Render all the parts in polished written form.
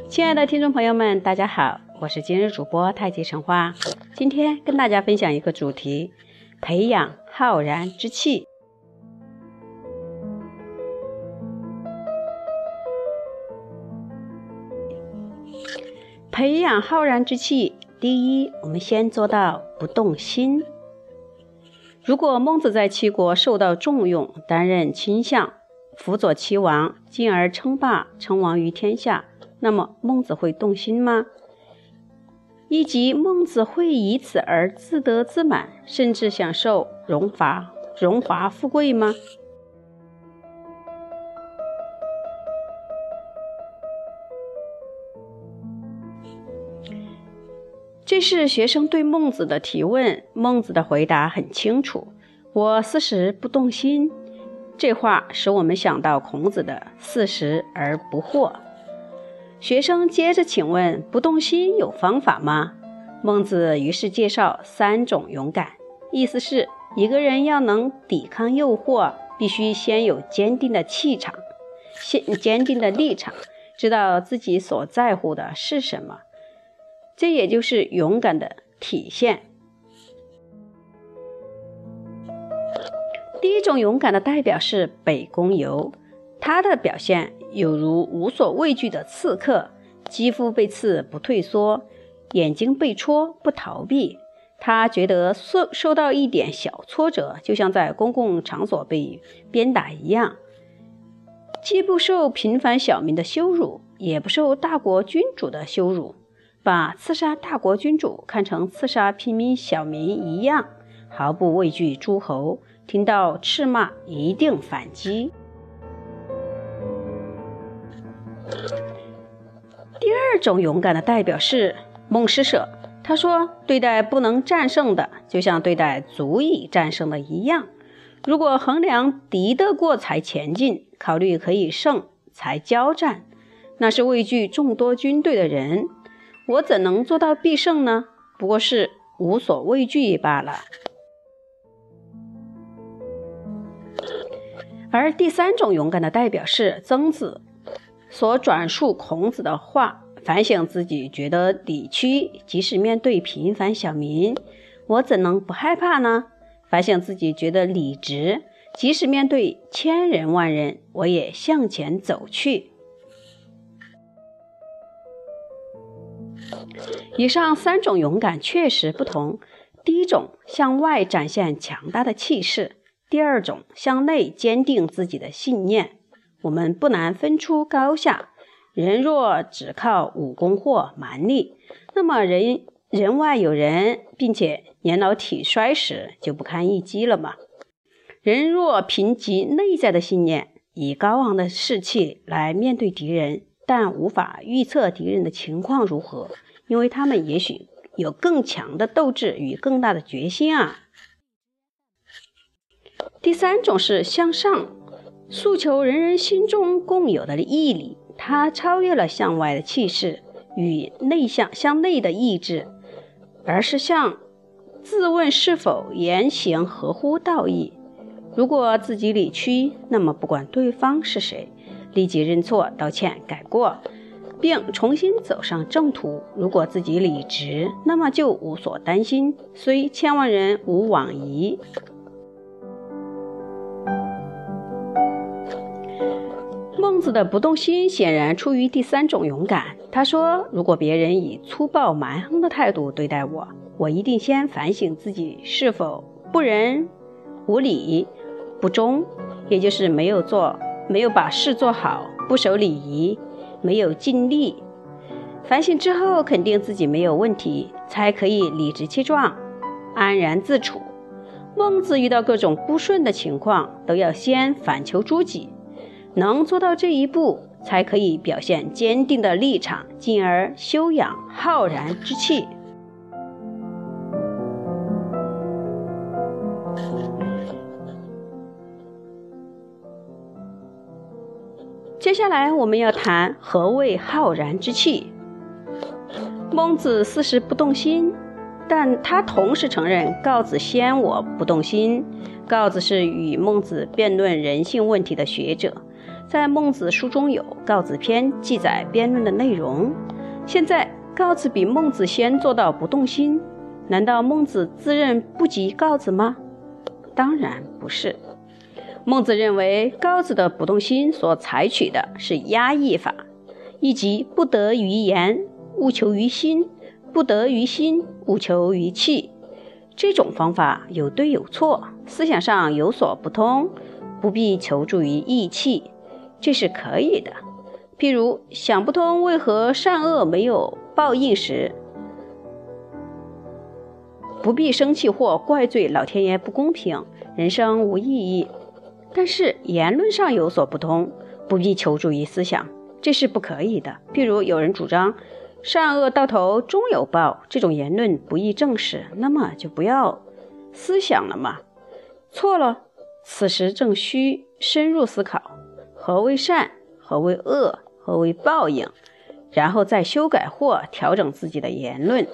亲爱的听众朋友们，大家好，我是今日主播太极陈花。今天跟大家分享一个主题：培养浩然之气。培养浩然之气，第一，我们先做到不动心。如果孟子在齐国受到重用，担任卿相，辅佐齐王，进而称霸称王于天下，那么孟子会动心吗？以及孟子会以此而自得自满，甚至享受荣华富贵吗？这是学生对孟子的提问，孟子的回答很清楚：我四时不动心。这话使我们想到孔子的四时而不惑。学生接着请问：不动心有方法吗？孟子于是介绍3种勇敢，意思是一个人要能抵抗诱惑，必须先有坚定的气场，坚定的立场，知道自己所在乎的是什么，这也就是勇敢的体现。第一种勇敢的代表是北宫游，他的表现有如无所畏惧的刺客，肌肤被刺不退缩，眼睛被戳不逃避。他觉得受到一点小挫折，就像在公共场所被鞭打一样，既不受平凡小民的羞辱，也不受大国君主的羞辱，把刺杀大国君主看成刺杀平民小民一样，毫不畏惧诸侯，听到斥骂一定反击。第二种勇敢的代表是孟施舍，他说对待不能战胜的，就像对待足以战胜的一样。如果衡量敌得过才前进，考虑可以胜才交战，那是畏惧众多军队的人。我怎能做到必胜呢？不过是无所畏惧罢了。而第3种勇敢的代表是曾子所转述孔子的话，反省自己，觉得理屈，即使面对平凡小民，我怎能不害怕呢？反省自己，觉得理直，即使面对千人万人，我也向前走去。以上3种勇敢确实不同，第一种向外展现强大的气势，第二种向内坚定自己的信念。我们不难分出高下，人若只靠武功或蛮力，那么人外有人，并且年老体衰时就不堪一击了嘛。人若凭藉内在的信念，以高昂的士气来面对敌人，但无法预测敌人的情况如何，因为他们也许有更强的斗志与更大的决心啊。第3种是向上，诉求人人心中共有的义理，它超越了向外的气势与向内的意志，而是自问是否言行合乎道义。如果自己理屈，那么不管对方是谁，立即认错道歉改过，并重新走上正途。如果自己理直，那么就无所担心，虽千万人吾往矣。孟子的不动心显然出于第3种勇敢。他说，如果别人以粗暴蛮横的态度对待我，我一定先反省自己是否不仁、无礼、不忠，也就是没有把事做好，不守礼仪，没有尽力。反省之后肯定自己没有问题，才可以理直气壮，安然自处。孟子遇到各种不顺的情况，都要先反求诸己，能做到这一步，才可以表现坚定的立场，进而修养浩然之气。接下来我们要谈何谓浩然之气。孟子四时不动心，但他同时承认告子先我不动心。告子是与孟子辩论人性问题的学者， 在孟子书中有《告子篇》记载辩论的内容。现在告子比孟子先做到不动心，难道孟子自认不及告子吗？当然不是。孟子认为告子的不动心所采取的是压抑法，亦即不得于言，务求于心；不得于心，务求于气。这种方法有对有错，思想上有所不通，不必求助于意气，这是可以的。譬如想不通为何善恶没有报应时，不必生气或怪罪老天爷不公平，人生无意义。但是言论上有所不通，不必求助于思想，这是不可以的。譬如有人主张善恶到头终有报，这种言论不易证实，那么就不要思想了嘛。错了，此时正需深入思考，何为善，何为恶，何为报应，然后再修改或调整自己的言论。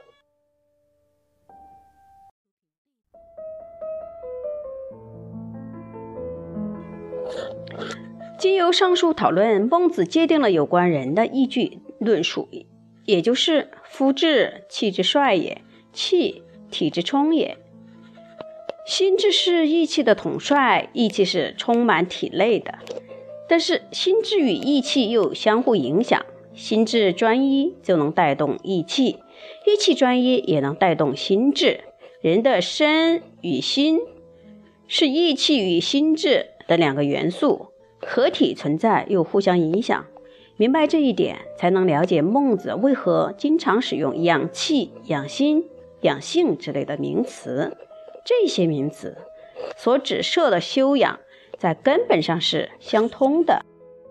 经由上述讨论，孟子界定了有关人的依据论述，也就是夫志，气之帅也；气，体之充也。心志是意气的统帅，意气是充满体内的。但是心志与意气又相互影响，心志专一就能带动意气，意气专一也能带动心志。人的身与心是意气与心志的两个元素，合体存在又互相影响。明白这一点，才能了解孟子为何经常使用养气、养心、养性之类的名词。这些名词所指涉的修养，在根本上是相通的。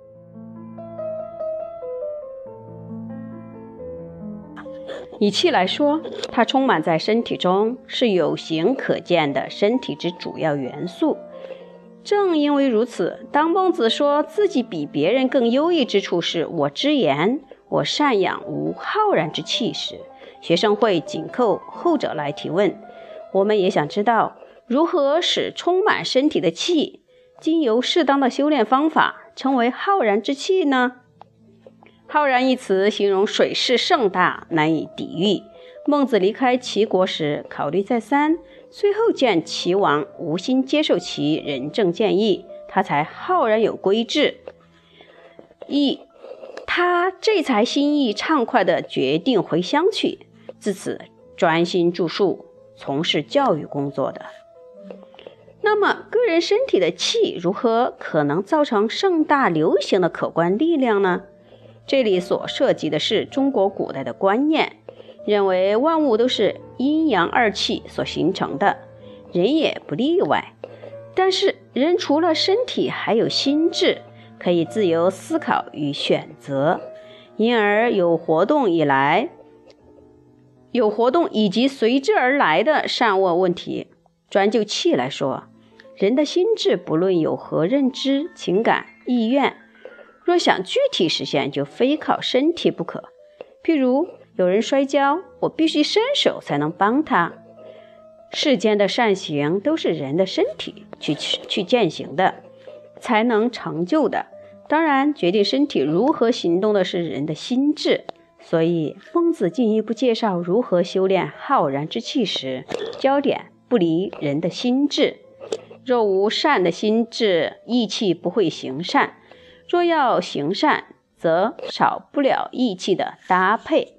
以气来说，它充满在身体中，是有形可见的身体之主要元素。正因为如此，当孟子说自己比别人更优异之处是我知言，我善养无浩然之气时，学生会紧扣后者来提问。我们也想知道，如何使充满身体的气经由适当的修炼方法成为浩然之气呢？浩然一词形容水势盛大，难以抵御。孟子离开齐国时考虑再三，最后见齐王无心接受其仁政建议，他才浩然有归志。他这才心意畅快地决定回乡去，自此专心著述，从事教育工作的。那么个人身体的气如何可能造成盛大流行的可观力量呢？这里所涉及的是中国古代的观念，认为万物都是阴阳二气所形成的，人也不例外。但是人除了身体还有心智，可以自由思考与选择，因而有活动以及随之而来的善恶问题。专就气来说，人的心智不论有何认知、情感、意愿，若想具体实现，就非靠身体不可。譬如有人摔跤，我必须伸手才能帮他。世间的善行都是人的身体去践行的，才能成就的。当然，决定身体如何行动的是人的心智。所以孟子进一步介绍如何修炼浩然之气时，焦点不离人的心智。若无善的心智，意气不会行善；若要行善，则少不了意气的搭配。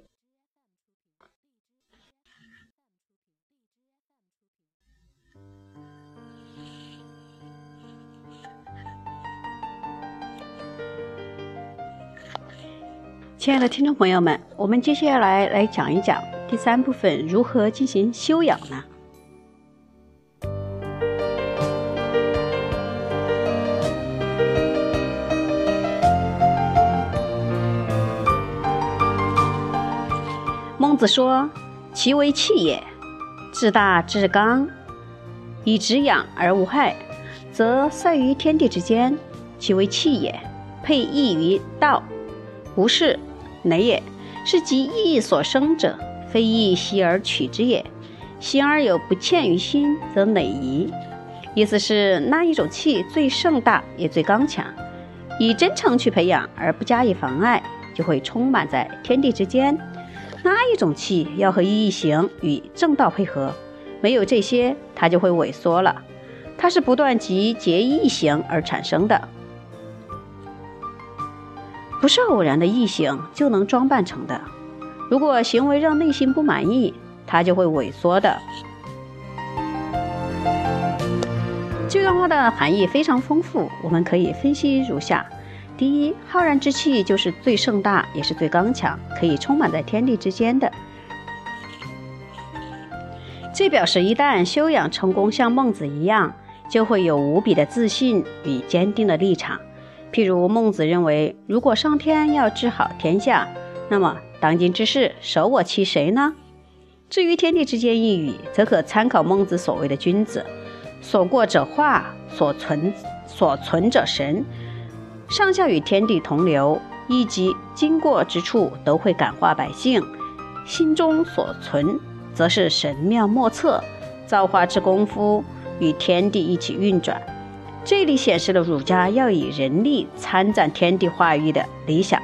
亲爱的听众朋友们，我们接下来讲一讲第三部分，如何进行修养呢？孟子说：其为气也，至大至刚，以直养而无害，则塞于天地之间。其为气也，配益于道，无事馁也，是即义所生者，非义习而取之也。行而有不欠于心，则馁夷。意思是那一种气最盛大也最刚强， 以真诚去培养而不加以妨碍，就会充满在天地之间。那一种气要和意行与正道配合，没有这些，它就会萎缩了。它是不断集结意行而产生的，不是偶然的意行就能装扮成的。如果行为让内心不满意，它就会萎缩的。这段话的含义非常丰富，我们可以分析如下。第一，浩然之气就是最盛大也是最刚强，可以充满在天地之间的。这表示一旦修养成功，像孟子一样，就会有无比的自信与坚定的立场。譬如孟子认为，如果上天要治好天下，那么当今之事舍我其谁呢？至于天地之间一语，则可参考孟子所谓的君子，所过者化，所存者神，上下与天地同流，以及经过之处都会感化百姓，心中所存则是神妙莫测，造化之功夫与天地一起运转。这里显示了儒家要以人力参赞天地化育的理想。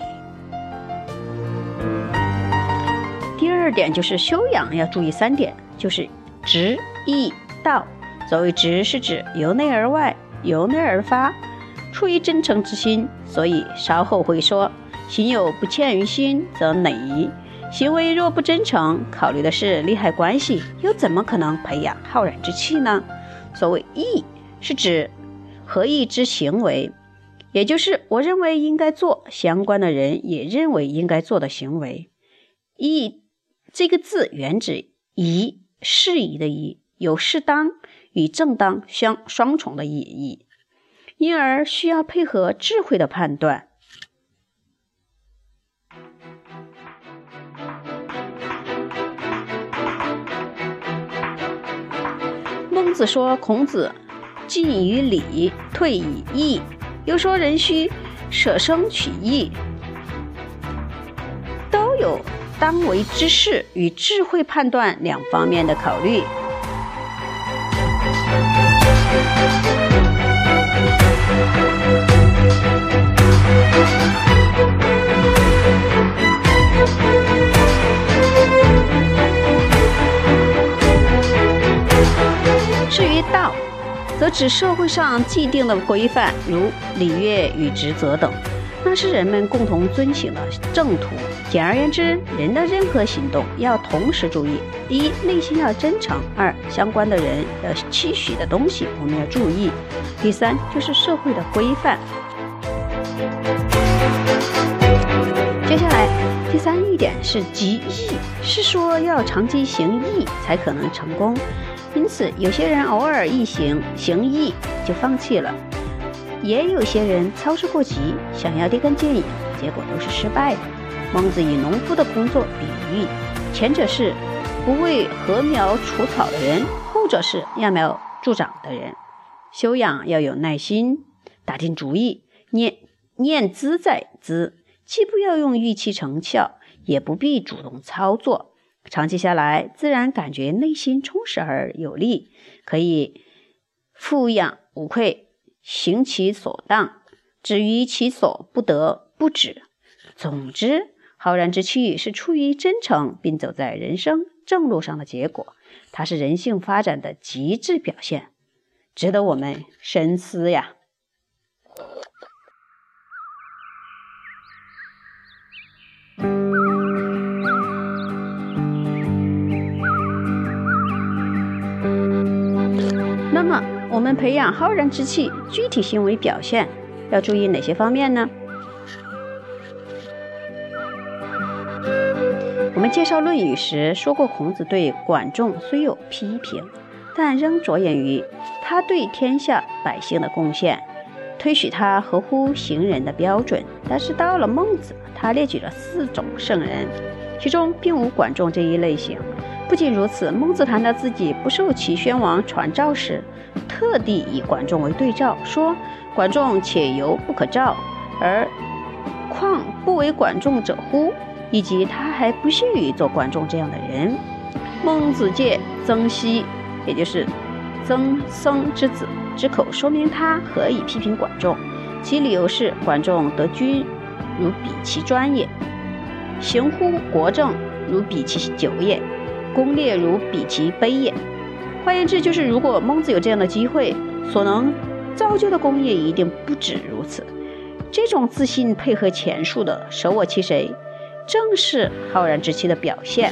第二点就是修养要注意3点，就是直、义、道。所谓直是指由内而外，由内而发，出于真诚之心，所以稍后会说，行有不欠于心，则馁夷。行为若不真诚，考虑的是利害关系，又怎么可能培养浩然之气呢？所谓义是指合意之行为，也就是我认为应该做，相关的人也认为应该做的行为。义这个字原指宜，适宜的宜，有适当与正当双重的意义，因而需要配合智慧的判断。孟子说孔子进于礼，退以义，又说人须舍生取义，都有当为之事与智慧判断2方面的考虑。至于道，则指社会上既定的规范，如礼乐与职责等，那是人们共同遵循的正途。简而言之，人的任何行动要同时注意：一，内心要真诚；二，相关的人要期许的东西我们要注意；第三，就是社会的规范。接下来第3点是极义，是说要长期行义才可能成功。因此有些人偶尔行义就放弃了，也有些人操之过急，想要立竿见影，结果都是失败的。孟子以农夫的工作比喻，前者是不为禾苗除草的人，后者是揠苗助长的人。修养要有耐心，打定主意，念兹在兹，既不要用预期成效，也不必主动操作。长期下来，自然感觉内心充实而有力，可以富养无愧，行其所当，止于其所不得不止。总之，浩然之气是出于真诚并走在人生正路上的结果，它是人性发展的极致表现，值得我们深思呀。那么我们培养浩然之气，具体行为表现要注意哪些方面呢？我们介绍《论语》时说过，孔子对管仲虽有批评，但仍着眼于他对天下百姓的贡献，推许他合乎行人的标准。但是到了孟子，他列举了4种圣人，其中并无管仲这一类型。不仅如此，孟子谈到自己不受齐宣王传召时，特地以管仲为对照，说管仲且犹不可召，而况不为管仲者乎？以及他还不屑于做管仲这样的人。孟子借曾皙，也就是曾参之子之口，说明他何以批评管仲， 其理由是管仲得君如比其专也，行乎国政如比其久也，功烈如比其卑也。换言之，就是如果孟子有这样的机会，所能造就的功业一定不止如此。这种自信配合前述的舍我其谁，正是浩然之气的表现。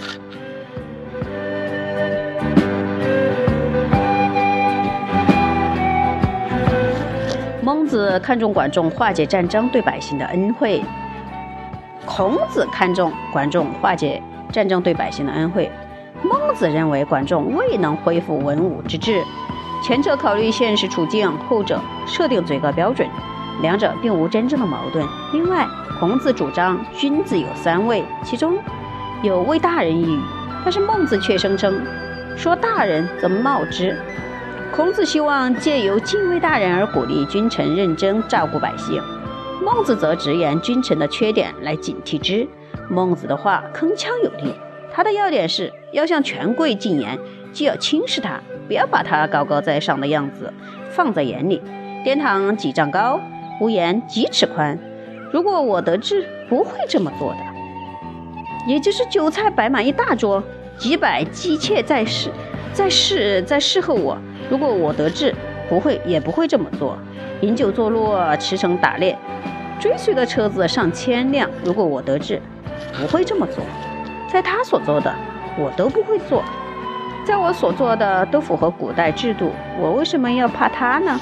孟子看重管仲化解战争对百姓的恩惠，孔子看重管仲化解战争对百姓的恩惠。孟子认为管仲未能恢复文武之治，前者考虑现实处境，后者设定最高标准，两者并无真正的矛盾。另外，孔子主张君子有三位，其中有为大人一语，但是孟子却声称说大人则冒之。孔子希望借由敬畏大人而鼓励君臣认真照顾百姓，孟子则直言君臣的缺点来警惕之。孟子的话铿锵有力，他的要点是要向权贵进言，既要轻视他，不要把他高高在上的样子放在眼里。殿堂几丈高，屋檐几尺宽，如果我得志，不会这么做的。也就是酒菜摆满一大桌，几百姬妾在侍候我，如果我得志，也不会这么做。饮酒作乐，驰骋打猎，追随的车子上千辆，如果我得志，不会这么做。在他所做的，我都不会做；在我所做的都符合古代制度，我为什么要怕他呢？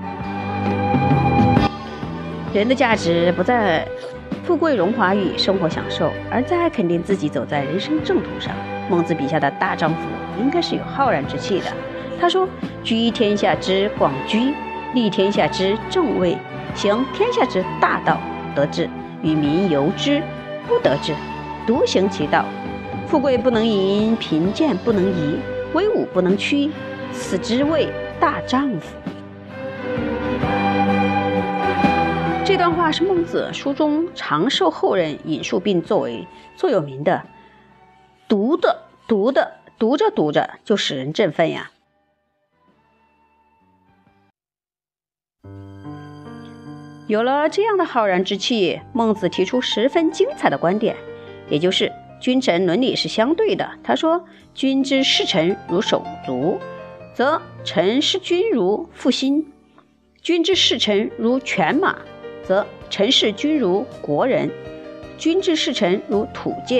人的价值不在富贵荣华与生活享受，而在肯定自己走在人生正途上。孟子笔下的大丈夫应该是有浩然之气的。他说：居天下之广居，立天下之正位，行天下之大道，得志，与民由之；不得志，独行其道。富贵不能淫，贫贱不能移，威武不能屈，此之谓大丈夫。这段话是孟子书中常受后人引述并作为座右铭的，读着就使人振奋呀。有了这样的浩然之气，孟子提出十分精彩的观点，也就是君臣伦理是相对的。他说：君之视臣如手足，则臣视君如腹心；君之视臣如犬马，则臣视君如国人；君之视臣如土芥，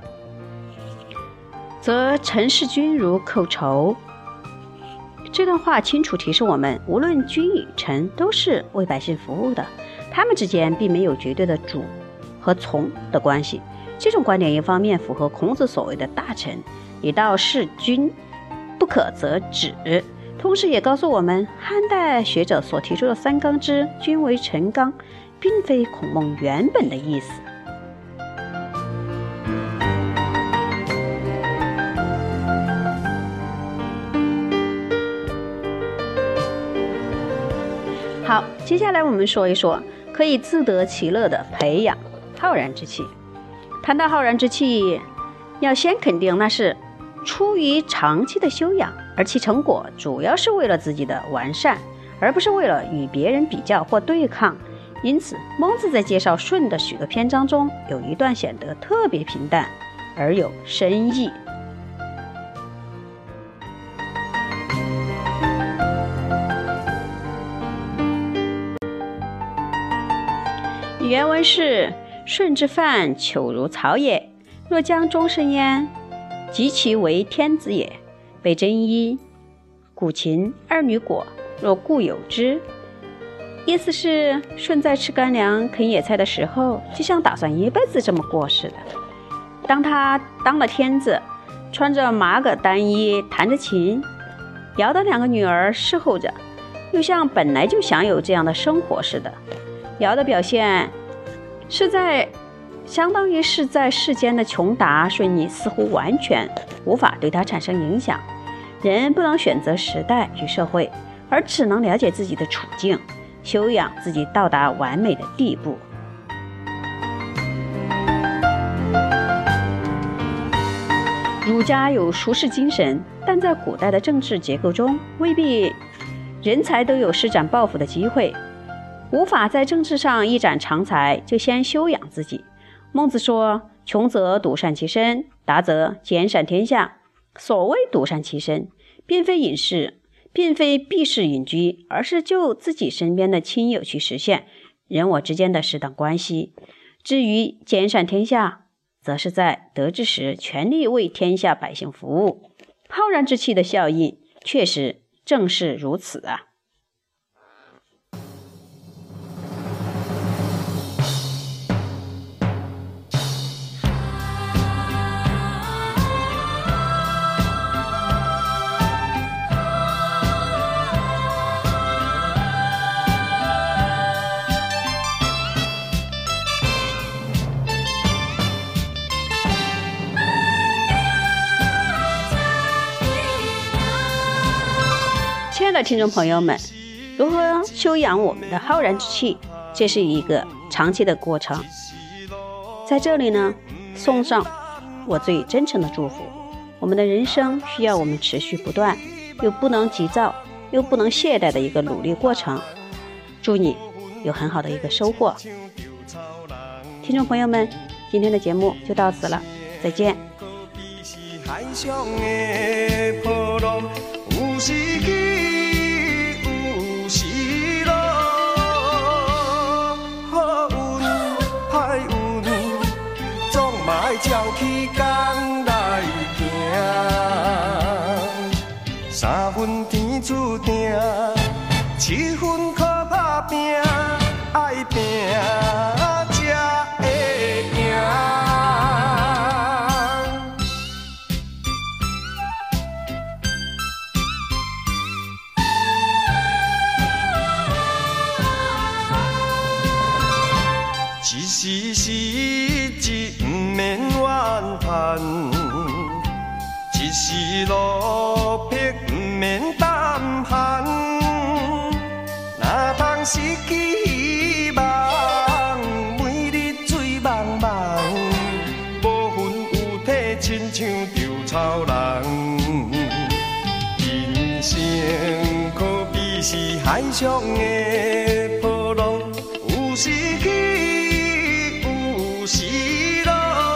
则臣视君如寇仇。这段话清楚提示我们，无论君与臣都是为百姓服务的，他们之间并没有绝对的主和从的关系。这种观点一方面符合孔子所谓的大臣以道事君，不可则止，同时也告诉我们，汉代学者所提出的三纲之君为臣纲，并非孔孟原本的意思。好，接下来我们说一说可以自得其乐的培养浩然之气。谈到浩然之气，要先肯定那是出于长期的修养，而其成果主要是为了自己的完善，而不是为了与别人比较或对抗。因此，孟子在介绍舜的许多篇章中，有一段显得特别平淡而有深意。原文是：舜之范，糗如草也。若将终身焉，及其为天子也。备真衣，鼓琴，二女果，若故有之。意思是，舜在吃干粮、啃野菜的时候，就像打算一辈子这么过似的。当他当了天子，穿着麻葛单衣，弹着琴，尧的两个女儿侍候着，又像本来就享有这样的生活似的。尧的表现相当于是在世间的穷达，舜逆似乎完全无法对他产生影响。人不能选择时代与社会，而只能了解自己的处境，修养自己到达完美的地步。儒家有术士精神，但在古代的政治结构中，未必人才都有施展抱负的机会。 无法在政治上一展长才，就先修养自己。孟子说：穷则独善其身，达则兼善天下。所谓独善其身，并非隐士，并非避世隐居，而是就自己身边的亲友去实现人我之间的适当关系。至于兼善天下，则是在得志时全力为天下百姓服务。浩然之气的效应确实正是如此啊。亲爱的听众朋友们，如何修养我们的浩然之气，这是一个长期的过程。在这里呢，送上我最真诚的祝福。我们的人生需要我们持续不断，又不能急躁，又不能懈怠的一个努力过程。祝你有很好的一个收获。听众朋友们，今天的节目就到此了，再见。 照起工来行，三分天注定，7分靠打拼，爱拼才会赢。一时时不免怨叹，一时落魄不免胆寒。哪通失去希望，每日醉茫茫，无魂有体，亲像稻草人。人生可比是海上的波浪，有时起。是咯，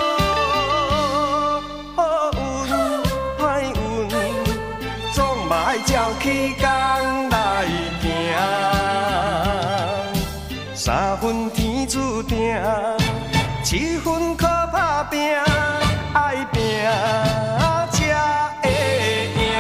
好运歹运，总嘛爱照起工来行。3分天注定，7分靠打拼，爱拼才会赢。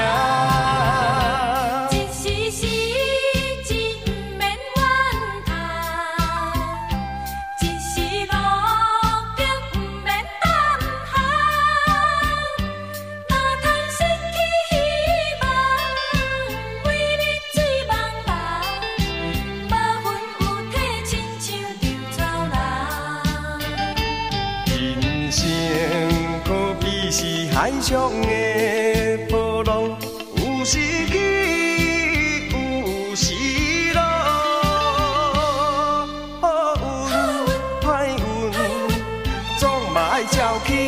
海上的波浪，有时起，有时落，好运歹运，总嘛爱照起。